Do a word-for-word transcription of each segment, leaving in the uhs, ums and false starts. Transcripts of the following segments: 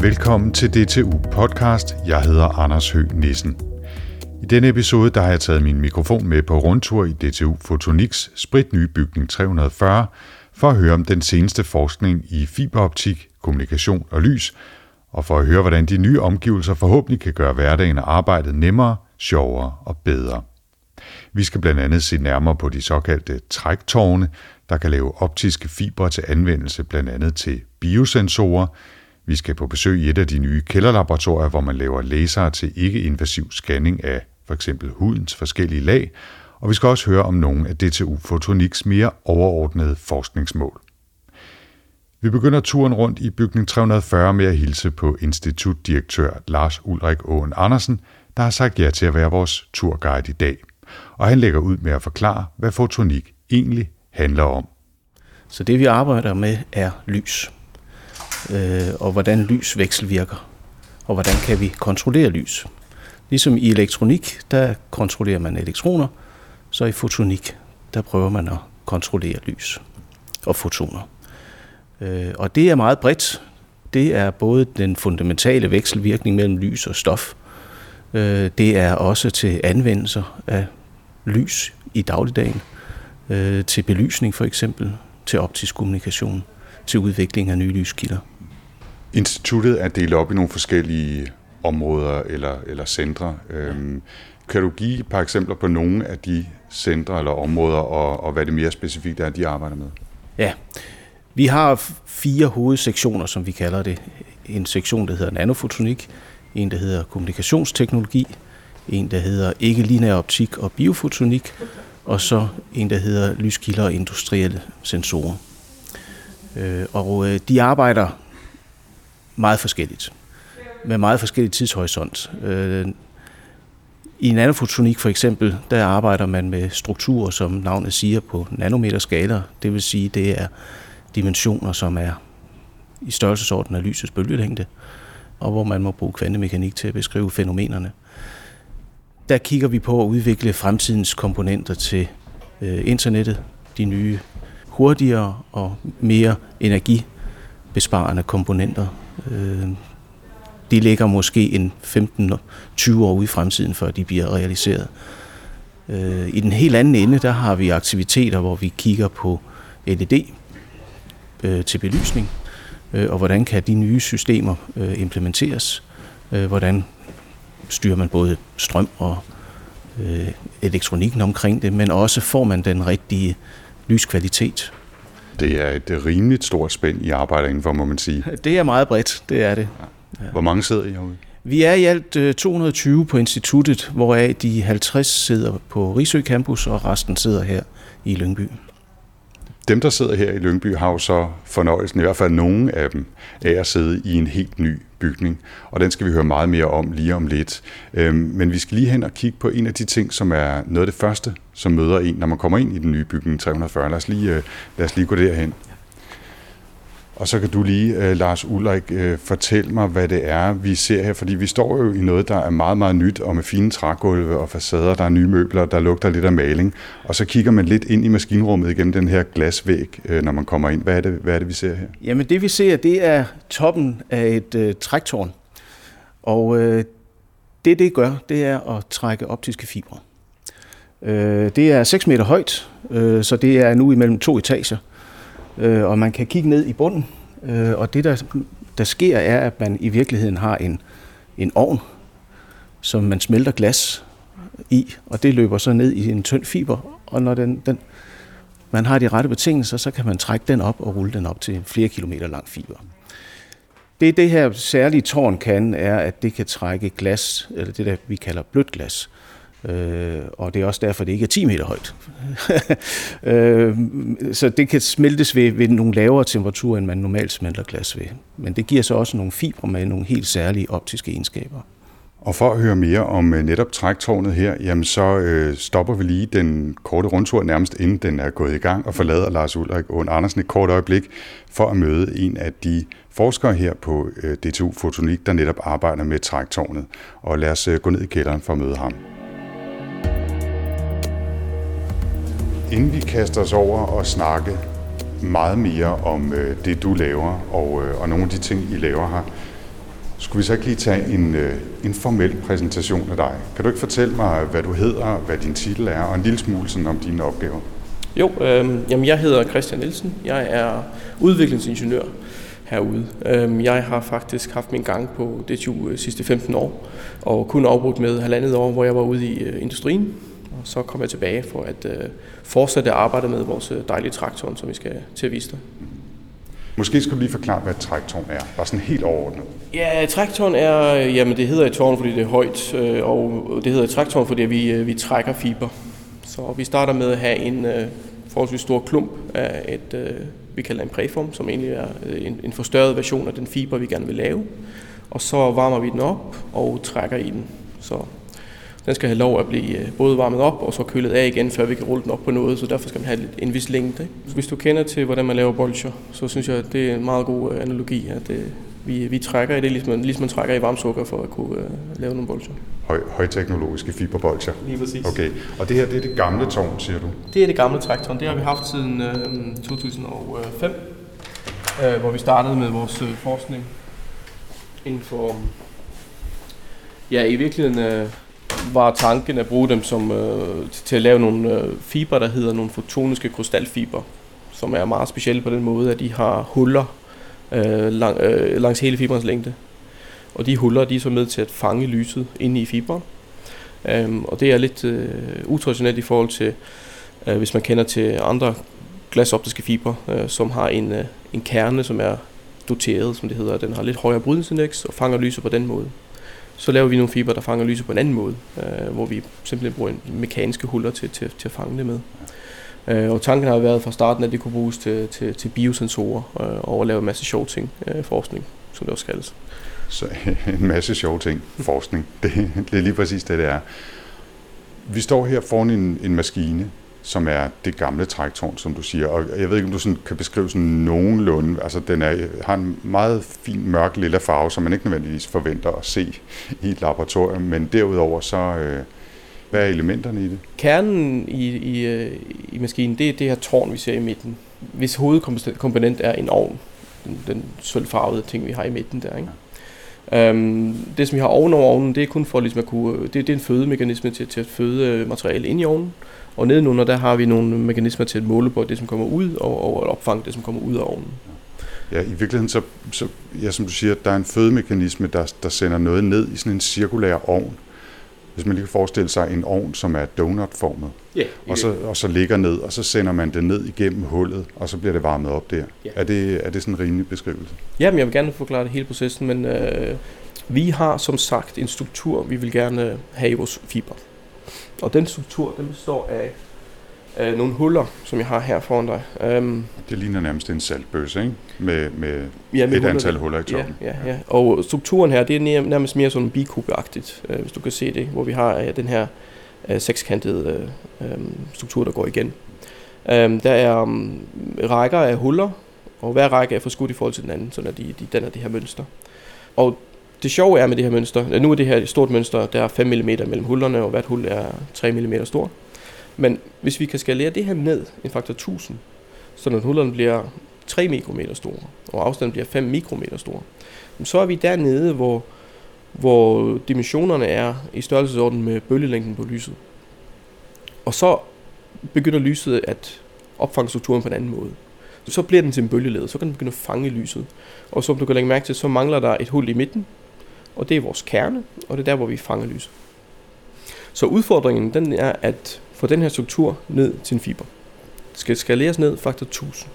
Velkommen til D T U Podcast. Jeg hedder Anders Høgh Nissen. I denne episode der har jeg taget min mikrofon med på rundtur i D T U Photonics spritnye bygning tre hundrede og fyrre for at høre om den seneste forskning i fiberoptik, kommunikation og lys, og for at høre, hvordan de nye omgivelser forhåbentlig kan gøre hverdagen og arbejdet nemmere, sjovere og bedre. Vi skal blandt andet se nærmere på de såkaldte træktårne, der kan lave optiske fibre til anvendelse blandt andet til biosensorer. Vi skal på besøg i et af de nye kælderlaboratorier, hvor man laver lasere til ikke-invasiv scanning af f.eks. hudens forskellige lag, og vi skal også høre om nogle af D T U Photonics mere overordnede forskningsmål. Vi begynder turen rundt i bygning tre hundrede og fyrre med at hilse på institutdirektør Lars Ulrik Aaen Andersen, der har sagt ja til at være vores turguide i dag. Og han lægger ud med at forklare, hvad fotonik egentlig handler om. Så det vi arbejder med er lys, øh, og hvordan lys vekselvirker, og hvordan kan vi kontrollere lys. Ligesom i elektronik, der kontrollerer man elektroner, så i fotonik, der prøver man at kontrollere lys og fotoner. Øh, og det er meget bredt. Det er både den fundamentale vekselvirkning mellem lys og stof. Øh, det er også til anvendelser af lys i dagligdagen, øh, til belysning for eksempel, til optisk kommunikation, til udvikling af nye lyskilder. Instituttet er delt op i nogle forskellige områder eller, eller centre. Øhm, kan du give et par eksempler på nogle af de centre eller områder, og, og hvad det mere specifikt er, de arbejder med? Ja, vi har fire hovedsektioner, som vi kalder det. En sektion, der hedder nanofotonik, en, der hedder kommunikationsteknologi, en, der hedder ikke-lineær optik og biofotonik, og så en, der hedder lyskilder og industrielle sensorer. Og de arbejder meget forskelligt, med meget forskellig tidshorisont. I nanofotonik for eksempel, der arbejder man med strukturer, som navnet siger, på nanometerskala. Det vil sige, det er dimensioner, som er i størrelsesorden af lysets bølgelængde, og hvor man må bruge kvantemekanik til at beskrive fænomenerne. Der kigger vi på at udvikle fremtidens komponenter til øh, internettet, de nye hurtigere og mere energibesparende komponenter. Øh, de ligger måske en femten til tyve år ude i fremtiden, før de bliver realiseret. Øh, I den helt anden ende, der har vi aktiviteter, hvor vi kigger på L E D øh, til belysning, øh, og hvordan kan de nye systemer øh, implementeres, øh, hvordan styrer man både strøm og øh, elektronikken omkring det, men også får man den rigtige lyskvalitet. Det er et rimeligt stort spænd, I arbejder indenfor, må man sige. Det er meget bredt, det er det. Ja. Hvor mange sidder I herude? Vi er i alt øh, to hundrede og tyve på instituttet, hvoraf de halvtreds sidder på Risø Campus, og resten sidder her i Lyngby. Dem, der sidder her i Lyngby, har jo så fornøjelsen, i hvert fald nogen af dem, af at sidde i en helt ny bygning. Og den skal vi høre meget mere om lige om lidt. Men vi skal lige hen og kigge på en af de ting, som er noget af det første, som møder en, når man kommer ind i den nye bygning tre hundrede og fyrre. Lad os lige, lad os lige gå derhen. Og så kan du lige, Lars Ulrik, fortælle mig, hvad det er, vi ser her. Fordi vi står jo i noget, der er meget, meget nyt, og med fine trægulve og facader. Der er nye møbler, der lugter lidt af maling. Og så kigger man lidt ind i maskinrummet igennem den her glasvæg, når man kommer ind. Hvad er det, hvad er det vi ser her? Jamen det, vi ser, det er toppen af et øh, træktårn. Og øh, det, det gør, det er at trække optiske fibre. Øh, det er seks meter højt, øh, så det er nu imellem to etager. Og man kan kigge ned i bunden, og det der, der sker er, at man i virkeligheden har en, en ovn, som man smelter glas i, og det løber så ned i en tynd fiber, og når den, den, man har de rette betingelser, så kan man trække den op og rulle den op til en flere kilometer lang fiber. Det det her særlige tårn kan, er, at det kan trække glas, eller det der vi kalder blødt glas. Øh, og det er også derfor, det ikke er ti meter højt. øh, så det kan smeltes ved, ved nogle lavere temperaturer, end man normalt smelter glas ved. Men det giver så også nogle fibre med nogle helt særlige optiske egenskaber. Og for at høre mere om netop træktårnet her, jamen så øh, stopper vi lige den korte rundtur nærmest inden den er gået i gang, og forlader Lars Ulrik Aaen Andersen et kort øjeblik for at møde en af de forskere her på øh, D T U Photonik, der netop arbejder med træktårnet. Og lad os øh, gå ned i kælderen for at møde ham. Inden vi kaster os over og snakke meget mere om øh, det, du laver, og, øh, og nogle af de ting, I laver her, Skulle vi så ikke lige tage en øh, informel præsentation af dig? Kan du ikke fortælle mig, hvad du hedder, hvad din titel er, og en lille smule sådan om dine opgaver? Jo, øh, jamen jeg hedder Christian Nielsen. Jeg er udviklingsingeniør herude. Øh, jeg har faktisk haft min gang på D T U sidste femten år, og kun afbrudt med halvandet år, hvor jeg var ude i øh, industrien. Og så kom jeg tilbage for at øh, fortsætte at arbejde med vores dejlige traktorn, som vi skal til at vise dig. Måske skal du lige forklare, hvad et træktårn er. Bare sådan helt overordnet. Ja, et træktårn er, jamen det hedder et tårn, fordi det er højt, og det hedder et træktårn, fordi vi, vi trækker fiber. Så vi starter med at have en uh, forholdsvis stor klump af et, uh, vi kalder en præform, som egentlig er en, en forstørret version af den fiber, vi gerne vil lave. Og så varmer vi den op og trækker i den. Så den skal have lov at blive både varmet op og så kølet af igen, før vi kan rulle den op på noget, så derfor skal man have en vis længde. Hvis du kender til, hvordan man laver bolcher, så synes jeg, at det er en meget god analogi, at det, vi, vi trækker i det, ligesom man, ligesom man trækker i varmsukker for at kunne uh, lave nogle bolcher. Høj, højteknologiske fiberbolcher. Lige præcis. Okay, og det her, det er det gamle tårn, siger du? Det er det gamle træktårn. Det har vi haft siden øh, to tusind og fem, øh, hvor vi startede med vores øh, forskning inden for, ja, i virkeligheden øh, var tanken at bruge dem som, øh, til at lave nogle øh, fiber, der hedder nogle fotoniske krystalfiber, som er meget specielle på den måde, at de har huller øh, lang, øh, langs hele fiberens længde. Og de huller, de er så med til at fange lyset inde i fiberen. Um, og det er lidt øh, utraditionelt i forhold til, øh, hvis man kender til andre glasoptiske fiber, øh, som har en, øh, en kerne, som er doteret, som det hedder. Den har lidt højere brydningsindeks og fanger lyset på den måde. Så laver vi nogle fiber, der fanger lyset på en anden måde, øh, hvor vi simpelthen bruger en mekaniske huller til, til, til at fange det med. Øh, og tanken har været fra starten, at det kunne bruges til, til, til biosensorer øh, og at lave en masse sjove ting, øh, forskning, som det også kaldes. Så en masse sjove ting, forskning, det, det er lige præcis det, det er. Vi står her foran en, en maskine, som er det gamle træktårn, som du siger, og jeg ved ikke, om du sådan kan beskrive sådan nogenlunde, altså den er, har en meget fin mørk lilla farve, som man ikke nødvendigvis forventer at se i et laboratorium, men derudover så, øh, hvad er elementerne i det? Kernen i, i, i maskinen, det er det her tårn, vi ser i midten, hvis hovedkomponent er en ovn, den, den sølvfarvede ting, vi har i midten der, ikke? Um, det som vi har ovenover ovnen, det er kun for ligesom at kunne, det, det er en fødemekanisme til, til at føde materiale ind i ovnen, og nedenunder der har vi nogle mekanismer til at måle på det som kommer ud og, og at opfange det som kommer ud af ovnen. Ja, i virkeligheden så, så ja, som du siger, der er en fødemekanisme der, der sender noget ned i sådan en cirkulær ovn. Hvis man lige kan forestille sig en ovn, som er donutformet, yeah, og, så, og så ligger ned, og så sender man det ned igennem hullet, og så bliver det varmet op der. Yeah. Er det, er det sådan en rimelig beskrivelse? Jamen, jeg vil gerne forklare det hele processen, men øh, vi har som sagt en struktur, vi vil gerne have i vores fiber. Og den struktur, den består af øh, nogle huller, som jeg har her foran dig. Um, det ligner nærmest en saltbøsse, ikke? Med, med, ja, med et huller, antal huller i toppen. Ja, ja, ja. Og strukturen her, det er nærmest mere sådan bikubeagtigt, øh, hvis du kan se det, hvor vi har øh, den her øh, sekskantede øh, struktur, der går igen. Um, der er um, rækker af huller, og hver række er forskudt i forhold til den anden, så de, de danner det her mønster. Og det sjove er med det her mønster, nu er det her et stort mønster, der er fem millimeter mellem hullerne, og hvert hul er tre millimeter stor. Men hvis vi kan skalere det her ned en faktor tusind, så når hullerne bliver tre mikrometer store, og afstanden bliver fem mikrometer store, så er vi dernede, hvor, hvor dimensionerne er i størrelsesorden med bølgelængden på lyset. Og så begynder lyset at opfange strukturen på en anden måde. Så bliver den til en bølgeled, så kan den begynde at fange lyset. Og som du kan lægge mærke til, så mangler der et hul i midten, og det er vores kerne, og det er der, hvor vi fanger lyset. Så udfordringen, den er at få den her struktur ned til en fiber. Det skal skaleres ned faktor tusind.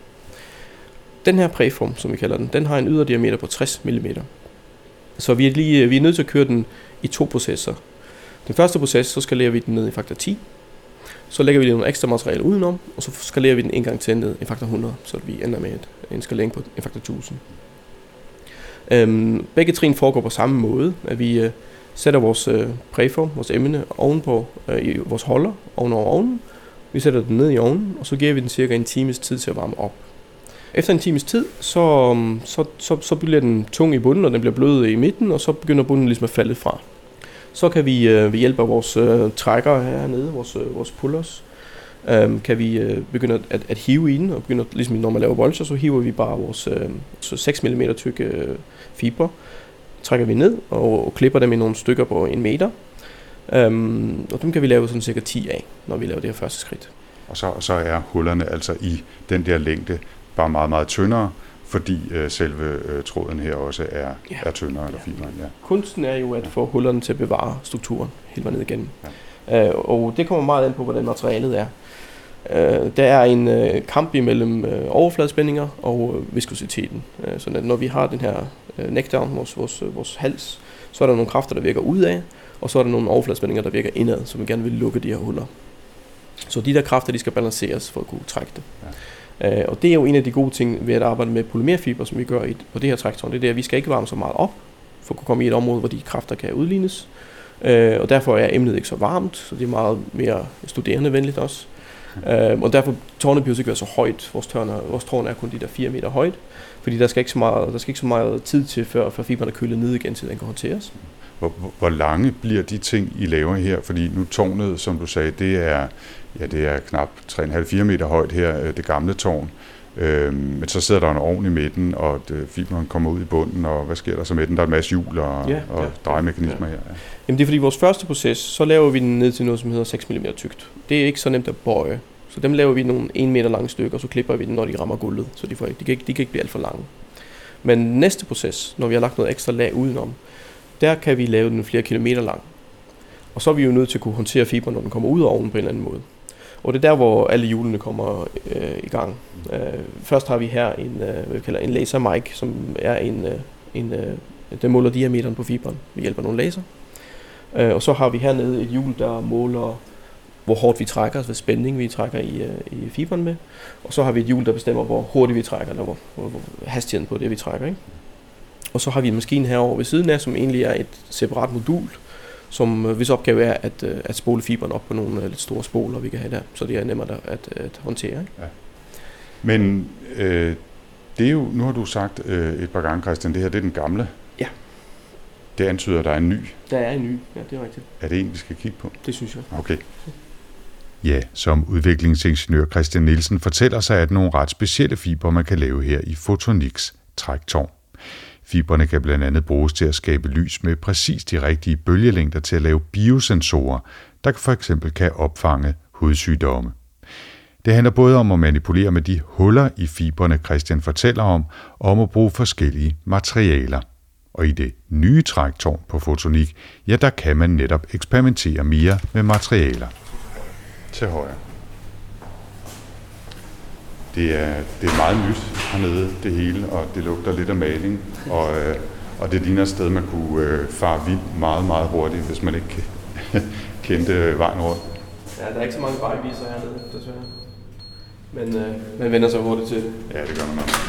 Den her præform, som vi kalder den, den har en yderdiameter på tres millimeter. Så vi er, lige, vi er nødt til at køre den i to processer. Den første proces, så skalerer vi den ned i faktor ti. Så lægger vi nogle ekstra materiale udenom, og så skalerer vi den en gang til ned i faktor hundrede, så vi ender med en skalering på en faktor tusind. Øhm, begge trin foregår på samme måde, at vi øh, sætter vores øh, præform, vores emne, ovenpå øh, i vores holder, ovenover ovnen. Vi sætter den ned i ovnen, og så giver vi den cirka en times tid til at varme op. Efter en times tid, så, så, så, så bliver den tung i bunden, og den bliver blød i midten, og så begynder bunden ligesom at falde fra. Så kan vi øh, ved hjælp af vores øh, trækker hernede, vores, øh, vores pullers, øh, kan vi øh, begynde at, at hive i den, og begynde, ligesom når man laver bolcher, så hiver vi bare vores øh, seks millimeter tykke øh, fiber trækker vi ned og, og klipper dem i nogle stykker på en meter. Um, og dem kan vi lave sådan cirka ti af, når vi laver det her første skridt. Og så, så er hullerne altså i den der længde bare meget, meget tyndere, fordi øh, selve øh, tråden her også er, ja. er tyndere, eller ja. fiberen. Ja. Kunsten er jo at få hullerne til at bevare strukturen hele vejen ned igennem. Ja. Uh, og det kommer meget an på, hvordan materialet er. Uh, der er en uh, kamp imellem uh, overfladespændinger og uh, viskositeten. Uh, så når vi har den her uh, neckdown, vores, vores, uh, vores hals, så er der nogle kræfter, der virker udad, og så er der nogle overfladespændinger, der virker indad, så vi gerne vil lukke de her huller. Så de der kræfter, de skal balanceres for at kunne trække det. Ja. Uh, og det er jo en af de gode ting ved at arbejde med polymerfiber, som vi gør i, på det her træktårn. Det er det, at vi skal ikke varme så meget op, for at kunne komme i et område, hvor de kræfter kan udlignes. Uh, og derfor er emnet ikke så varmt, så det er meget mere studerendevenligt også. Uh, og derfor tårnet behøver ikke være så højt. Vores tårn, er, vores tårn er kun de der fire meter højt, fordi der skal ikke så meget, der skal ikke så meget tid til, før, før fiberen er kølet ned igen, til den kan håndteres. Hvor, hvor lange bliver de ting, I laver her? Fordi nu tårnet, som du sagde, det er, ja, det er knap tre komma fem til fire meter højt her, det gamle tårn. Øhm, men så sidder der en ovn i midten, og det, fiberen kommer ud i bunden, og hvad sker der så med den? Der er en masse hjul og, ja, og ja, drejemekanismer ja. her. Ja. Jamen det er fordi vores første proces, så laver vi den ned til noget, som hedder seks millimeter tykt. Det er ikke så nemt at bøje. Så dem laver vi nogle en meter lange stykker, og så klipper vi den, når de rammer gulvet. Så de, får ikke, de, kan ikke, de kan ikke blive alt for lange. Men næste proces, når vi har lagt noget ekstra lag udenom, der kan vi lave den flere kilometer lang. Og så er vi jo nødt til at kunne håndtere fiberen, når den kommer ud af ovnen på en eller anden måde. Og det er der, hvor alle hjulene kommer øh, i gang. Øh, først har vi her en, øh, hvad vi kalder en laser mic, som er en, øh, en øh, den måler diameteren på fiberen ved hjælp af nogle laser. Øh, og så har vi hernede et hjul, der måler, hvor hårdt vi trækker, altså hvad spænding vi trækker i, øh, i fiberen med. Og så har vi et hjul, der bestemmer, hvor hurtigt vi trækker, eller hvor, hvor, hvor hastigheden på det, vi trækker. Ikke? Og så har vi en maskine herovre ved siden af, som egentlig er et separat modul, som hvis opgave er at, at spole fiberen op på nogle lidt store spoler, vi kan have der, så det er nemmere at, at, at håndtere. Ikke? Ja. Men øh, det er jo, nu har du sagt øh, et par gange, Christian, det her det er den gamle. Ja. Det antyder, at der er en ny. Der er en ny, ja, det er rigtigt. Er det en, vi skal kigge på? Det synes jeg. Okay. Ja, som udviklingsingeniør Christian Nielsen fortæller sig, at nogle ret specielle fiber, man kan lave her i Photonics træktårn. Fibrene kan blandt andet bruges til at skabe lys med præcis de rigtige bølgelængder til at lave biosensorer, der for eksempel kan opfange hudsygdomme. Det handler både om at manipulere med de huller i fibrene, Christian fortæller om, og om at bruge forskellige materialer. Og i det nye træktårn på Photonics, ja, der kan man netop eksperimentere mere med materialer. Til højre. Det er, det er meget nyt hernede, det hele, og det lugter lidt af maling, og, øh, og det ligner et sted, man kunne øh, fare vildt meget, meget hurtigt, hvis man ikke kendte vejen rundt. Ja, der er ikke så mange vejviser hernede, desværre. Men øh, man vender sig hurtigt til det. Ja, det gør man nok.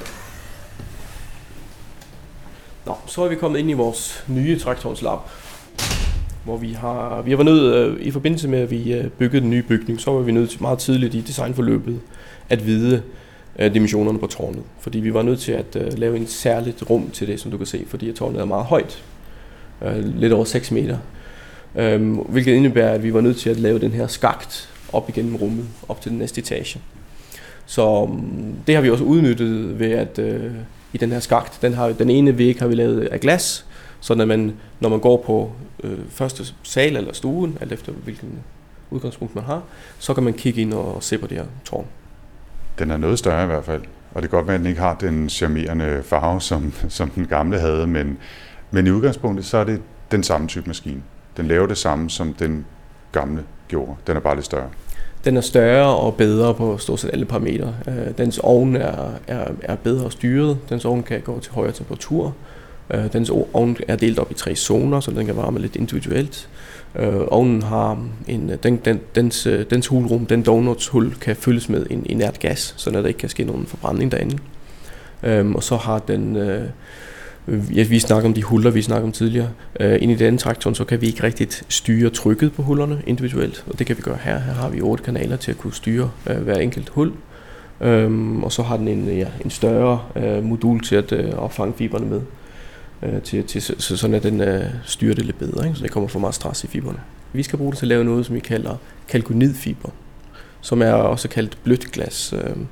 Nå, så er vi kommet ind i vores nye træktårnslab, hvor vi har, vi har været nødt, øh, i forbindelse med, at vi øh, byggede den nye bygning, så var vi nødt til meget tidligt i designforløbet at vide øh, dimensionerne på tårnet. Fordi vi var nødt til at øh, lave en særligt rum til det, som du kan se, fordi tårnet er meget højt, øh, lidt over seks meter. Øh, hvilket indebærer, at vi var nødt til at lave den her skakt op igennem rummet, op til den næste etage. Så um, det har vi også udnyttet ved, at øh, i den her skakt, den, har, den ene væg har vi lavet af glas, så når man, når man går på øh, første sal eller stuen, alt efter hvilken udgangspunkt man har, så kan man kigge ind og se på det her tårn. Den er noget større i hvert fald, og det kan godt være, at den ikke har den charmerende farve, som, som den gamle havde, men, men i udgangspunktet, så er det den samme type maskine. Den laver det samme, som den gamle gjorde. Den er bare lidt større. Den er større og bedre på stort set alle parametre. Dens ovn er, er, er bedre styret. Dens ovn kan gå til højere temperatur. Dens ovn er delt op i tre zoner, så den kan varme lidt individuelt. Ovnen har en, den, den, dens, dens hulrum, den donuts-hul, kan fyldes med en inert gas, så der ikke kan ske nogen forbrænding derinde. Og så har den... Ja, vi snakker om de huller, vi snakker om tidligere. Uh, inde i denne træktårn, så kan vi ikke rigtigt styre trykket på hullerne individuelt, og det kan vi gøre her. Her har vi otte kanaler til at kunne styre uh, hver enkelt hul. Um, og så har den en, ja, en større uh, modul til at uh, opfange fiberne med, uh, til, til, så, sådan at den uh, styrer det lidt bedre, ikke? Så det kommer for meget stress i fiberne. Vi skal bruge det til at lave noget, som vi kalder kalkonidfiber, som er også kaldt blødt glas. Uh,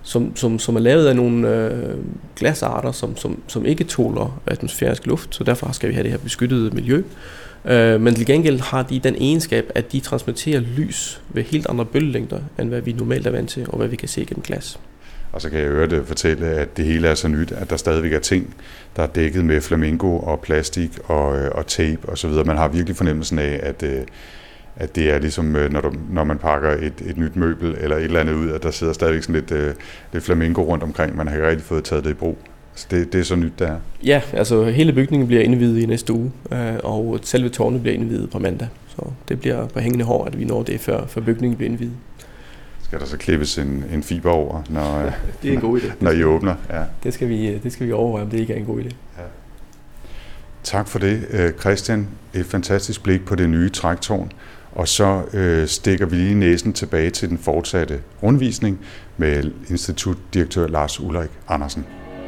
som, som, som er lavet af nogle øh, glasarter, som, som, som ikke tåler atmosfærisk luft, så derfor skal vi have det her beskyttede miljø. Øh, men til gengæld har de den egenskab, at de transmitterer lys ved helt andre bølgelængder, end hvad vi normalt er vant til, og hvad vi kan se gennem glas. Og så kan jeg høre det fortælle, at det hele er så nyt, at der stadigvæk er ting, der er dækket med flamingo og plastik og, og tape osv. Man har virkelig fornemmelsen af, at, at det er ligesom, når, du, når man pakker et, et nyt møbel eller et eller andet ud, at der sidder stadigvæk sådan lidt, lidt flamingo rundt omkring. Man har ikke rigtig fået taget det i brug. Så det, det er så nyt, der er. Ja, altså hele bygningen bliver indviet i næste uge, og selve tårnet bliver indviet på mandag. Så det bliver på hængende hår, at vi når det, før, før bygningen bliver indviet. Skal der så klippes en, en fiber over, når, ja, det er en god idé. når I åbner? Ja. Det, skal vi, det skal vi overveje, om det ikke er en god idé. Ja. Tak for det, Christian. Et fantastisk blik på det nye træktårn. Og så øh, stikker vi lige næsen tilbage til den fortsatte rundvisning med institutdirektør Lars Ulrik Andersen.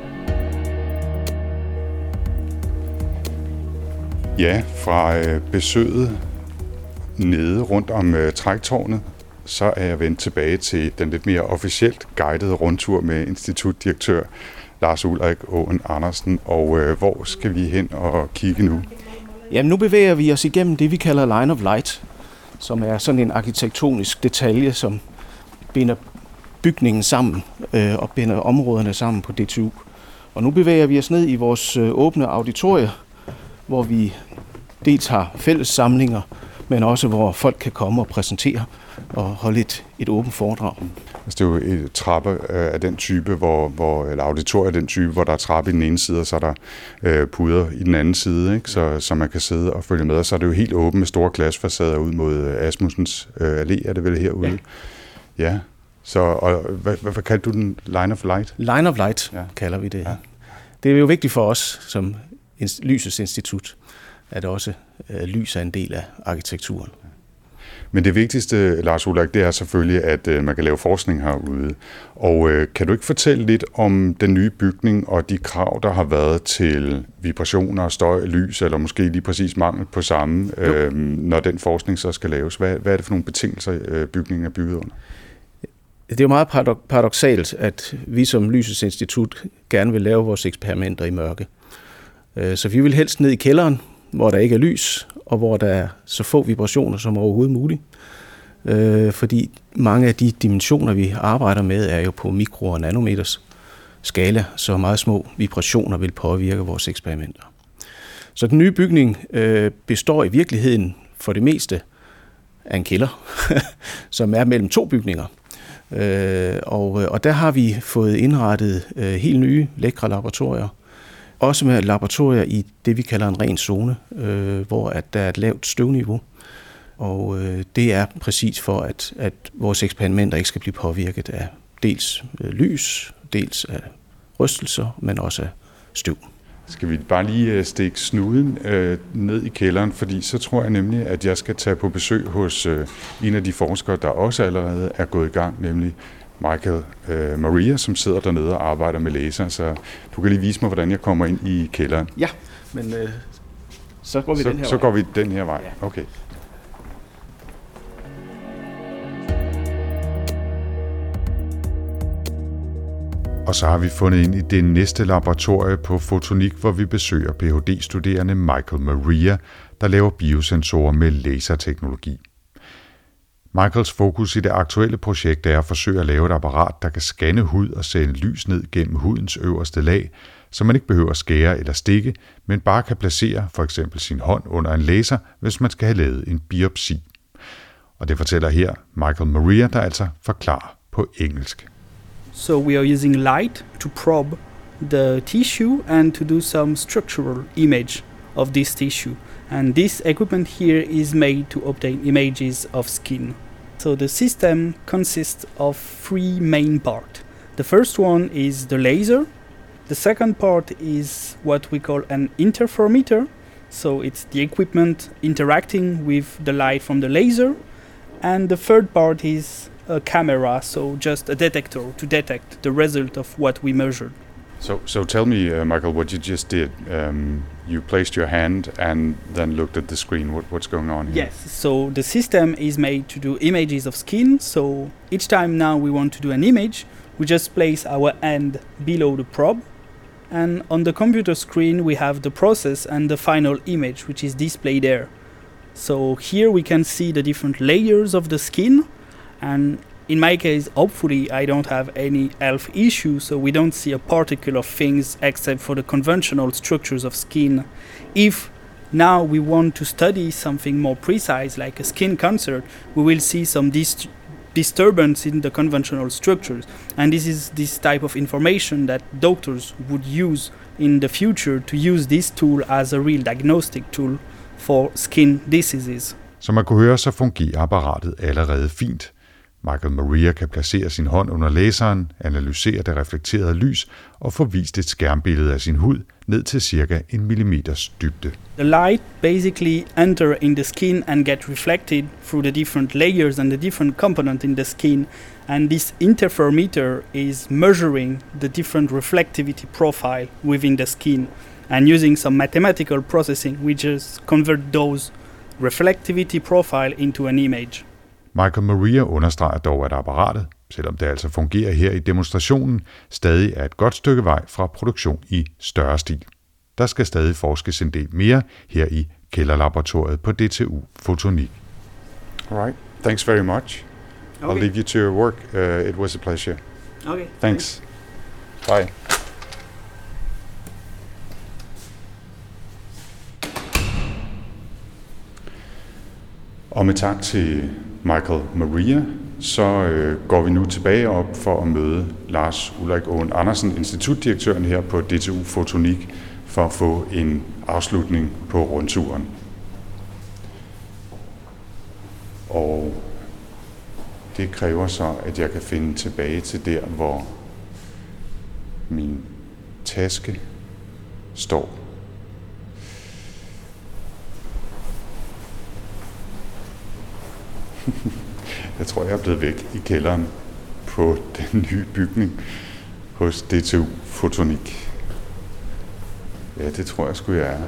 Ja, fra øh, besøget nede rundt om øh, træktårnet, så er jeg vendt tilbage til den lidt mere officielt guidede rundtur med institutdirektør Lars Ulrik Åen Andersen. Og øh, hvor skal vi hen og kigge nu? Jamen nu bevæger vi os igennem det, vi kalder Line of Light, som er sådan en arkitektonisk detalje, som binder bygningen sammen øh, og binder områderne sammen på D T U. Og nu bevæger vi os ned i vores øh, åbne auditorier, hvor vi dels har fælles samlinger, men også hvor folk kan komme og præsentere og holde et, et åbent foredrag. Altså, det er jo et trappe af den type, hvor, hvor, eller auditorier af den type, hvor der er trappe i den ene side, og så er der øh, puder i den anden side, ikke? Så, så man kan sidde og følge med. Og så er det jo helt åbent med store glasfacader ud mod Asmussens øh, Allé, er det vel herude? Ja. Ja. Så, og hvad, hvad kalder du den? Line of Light? Line of Light, ja. Kalder vi det. Ja. Det er jo vigtigt for os som Lysets Institut, at også øh, lys er en del af arkitekturen. Men det vigtigste, Lars Ulrik, det er selvfølgelig, at øh, man kan lave forskning herude. Og øh, kan du ikke fortælle lidt om den nye bygning og de krav, der har været til vibrationer, støj, lys, eller måske lige præcis mangel på samme, øh, når den forskning så skal laves? Hvad, hvad er det for nogle betingelser, øh, bygningen er bygget under? Det er jo meget paradoksalt, at vi som Lysets Institut gerne vil lave vores eksperimenter i mørke. Så vi vil helst ned i kælderen, hvor der ikke er lys, og hvor der er så få vibrationer som overhovedet muligt. Fordi mange af de dimensioner, vi arbejder med, er jo på mikro- og nanometers skala, så meget små vibrationer vil påvirke vores eksperimenter. Så den nye bygning består i virkeligheden for det meste af en kælder, som er mellem to bygninger. Øh, og, og der har vi fået indrettet øh, helt nye, lækre laboratorier. Også med laboratorier i det, vi kalder en ren zone, øh, hvor at der er et lavt støvniveau. Og øh, det er præcis for, at, at vores eksperimenter ikke skal blive påvirket af dels øh, lys, dels af rystelser, men også af støv. Skal vi bare lige stikke snuden øh, ned i kælderen, fordi så tror jeg nemlig, at jeg skal tage på besøg hos øh, en af de forskere, der også allerede er gået i gang, nemlig Michael øh, Maria, som sidder dernede og arbejder med laser. Så du kan lige vise mig, hvordan jeg kommer ind i kælderen. Ja, men øh, så går vi så, den her så vej. går vi den her vej. Okay. Og så har vi fundet ind i det næste laboratorie på fotonik, hvor vi besøger P H D-studerende Michael Maria, der laver biosensorer med laserteknologi. Michaels fokus i det aktuelle projekt er at forsøge at lave et apparat, der kan scanne hud og sende lys ned gennem hudens øverste lag, så man ikke behøver at skære eller stikke, men bare kan placere for eksempel sin hånd under en laser, hvis man skal have lavet en biopsi. Og det fortæller her Michael Maria, der altså forklarer på engelsk. So we are using light to probe the tissue and to do some structural image of this tissue. And this equipment here is made to obtain images of skin. So the system consists of three main parts. The first one is the laser. The second part is what we call an interferometer. So it's the equipment interacting with the light from the laser. And the third part is a camera, so just a detector to detect the result of what we measured. So, so tell me, uh, Michael, what you just did. Um, you placed your hand and then looked at the screen. What, what's going on here? Yes, so the system is made to do images of skin. So each time now we want to do an image, we just place our hand below the probe, and on the computer screen we have the process and the final image, which is displayed there. So here we can see the different layers of the skin, and in my case, hopefully I don't have any health issues, so we don't see a particle of things except for the conventional structures of skin. If now we want to study something more precise, like a skin cancer, we will see some dis- disturbance in the conventional structures. And this is this type of information that doctors would use in the future to use this tool as a real diagnostic tool for skin diseases. Som man kunne høre, så fungerer apparatet allerede fint. Michael Maria kan placere sin hånd under laseren, analysere det reflekterede lys og få vist et skærmbillede af sin hud ned til cirka en millimeters dybde. The light basically enter in the skin and get reflected through the different layers and the different components in the skin, and this interferometer is measuring the different reflectivity profile within the skin, and using some mathematical processing we just convert those reflectivity profile into an image. Michael Maria understreger dog, at apparatet, selvom det altså fungerer her i demonstrationen, stadig er et godt stykke vej fra produktion i større stil. Der skal stadig forskes en del mere her i kælderlaboratoriet på D T U Fotonik. All right. Thanks very much. Okay. I'll leave you to your work. Uh, it was a pleasure. Okay. Thanks. Bye. Og med tak til Michael Maria, så øh, går vi nu tilbage op for at møde Lars Ulrik Aaen Andersen, institutdirektøren her på D T U Fotonik, for at få en afslutning på rundturen. Og det kræver så, at jeg kan finde tilbage til der, hvor min taske står. Jeg tror, jeg er blevet væk i kælderen på den nye bygning hos D T U Fotonik. Ja, det tror jeg sgu, jeg er.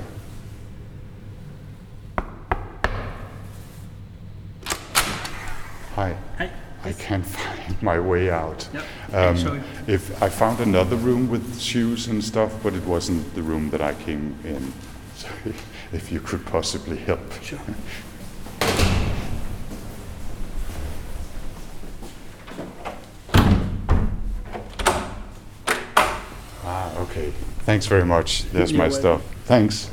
Hi. Hi. I can't find my way out. Yep. Um, Show you. if I found another room with shoes and stuff, but it wasn't the room that I came in. So if you could possibly help. Sure. Ah, okay. Thanks very much. There's You're my welcome. stuff. Thanks.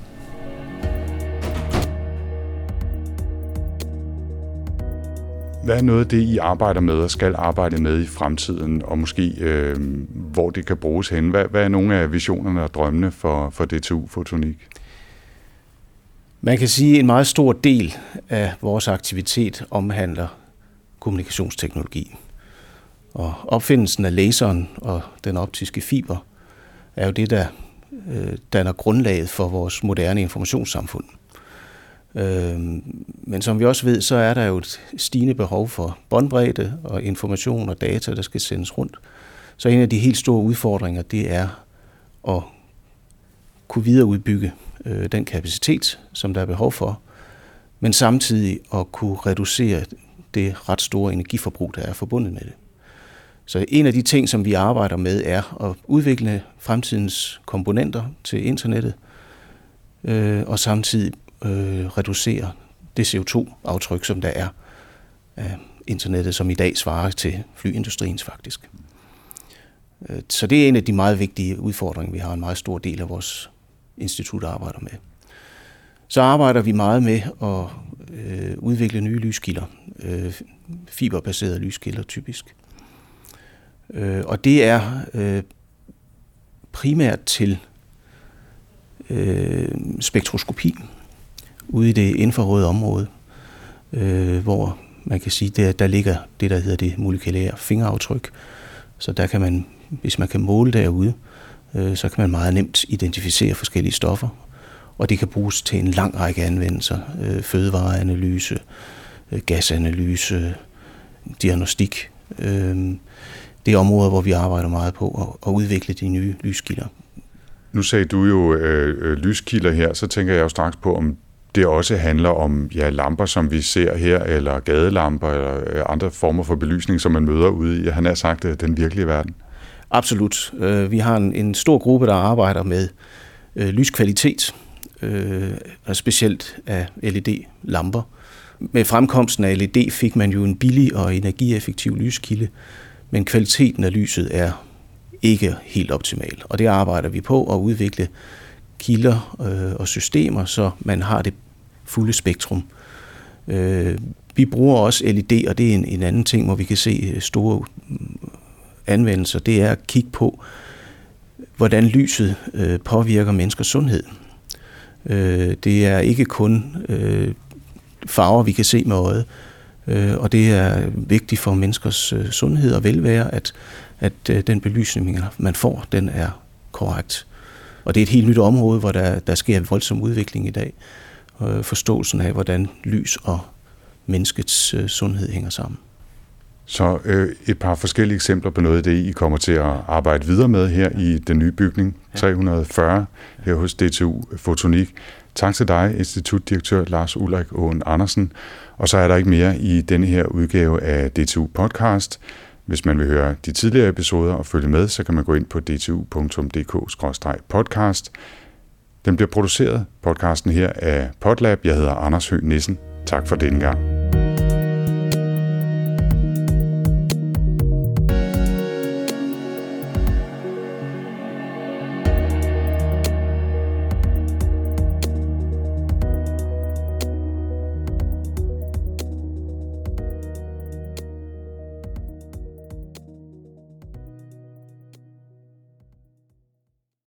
Hvad er noget af det, I arbejder med og skal arbejde med i fremtiden, og måske øh, hvor det kan bruges hen? Hvad, hvad er nogle af visionerne og drømmene for, for D T U Fotonik? Man kan sige, at en meget stor del af vores aktivitet omhandler kommunikationsteknologi. Og opfindelsen af laseren og den optiske fiber er jo det, der øh, danner grundlaget for vores moderne informationssamfund. Øh, men som vi også ved, så er der jo et stigende behov for båndbredde og information og data, der skal sendes rundt. Så en af de helt store udfordringer, det er at kunne videreudbygge øh, den kapacitet, som der er behov for, men samtidig at kunne reducere det ret store energiforbrug, der er forbundet med det. Så en af de ting, som vi arbejder med, er at udvikle fremtidens komponenter til internettet, øh, og samtidig øh, reducere det C O to aftryk, som der er af internettet, som i dag svarer til flyindustriens faktisk. Så det er en af de meget vigtige udfordringer, vi har en meget stor del af vores institut arbejder med. Så arbejder vi meget med at øh, udvikle nye lyskilder, øh, fiberbaserede lyskilder typisk. Øh, og det er øh, primært til øh, spektroskopi ude i det infrarøde område, øh, hvor man kan sige, der, der ligger det, der hedder det molekylære fingeraftryk. Så der kan man, hvis man kan måle derude, øh, så kan man meget nemt identificere forskellige stoffer. Og det kan bruges til en lang række anvendelser. Øh, fødevareanalyse, øh, gasanalyse, diagnostik. Øh, det er områder, hvor vi arbejder meget på at, at udvikle de nye lyskilder. Nu sagde du jo øh, lyskilder her, så tænker jeg jo straks på, om det også handler om ja, lamper, som vi ser her, eller gadelamper, eller andre former for belysning, som man møder ude i, han har sagt, den virkelige verden. Absolut. Vi har en, en stor gruppe, der arbejder med øh, lyskvalitet, øh, og specielt af L E D-lamper. Med fremkomsten af L E D fik man jo en billig og energieffektiv lyskilde, men kvaliteten af lyset er ikke helt optimal. Og det arbejder vi på at udvikle kilder øh, og systemer, så man har det fulde spektrum. Øh, vi bruger også L E D, og det er en, en anden ting, hvor vi kan se store anvendelser. Det er at kigge på, hvordan lyset øh, påvirker menneskers sundhed. Øh, det er ikke kun øh, farver, vi kan se med øjet, øh, og det er vigtigt for menneskers øh, sundhed og velvære, at, at øh, den belysning, man får, den er korrekt. Og det er et helt nyt område, hvor der, der sker en voldsom udvikling i dag. Øh, forståelsen af, hvordan lys og menneskets øh, sundhed hænger sammen. Så øh, et par forskellige eksempler på noget af det, I kommer til at arbejde videre med her i den nye bygning tre hundrede og fyrre her hos D T U Fotonik. Tak til dig, institutdirektør Lars Ulrik Aaen Andersen. Og så er der ikke mere i denne her udgave af D T U Podcast. Hvis man vil høre de tidligere episoder og følge med, så kan man gå ind på d t u punktum d k skråstreg podcast. Den bliver produceret, podcasten her, af Podlab. Jeg hedder Anders Høgh Nissen. Tak for denne gang.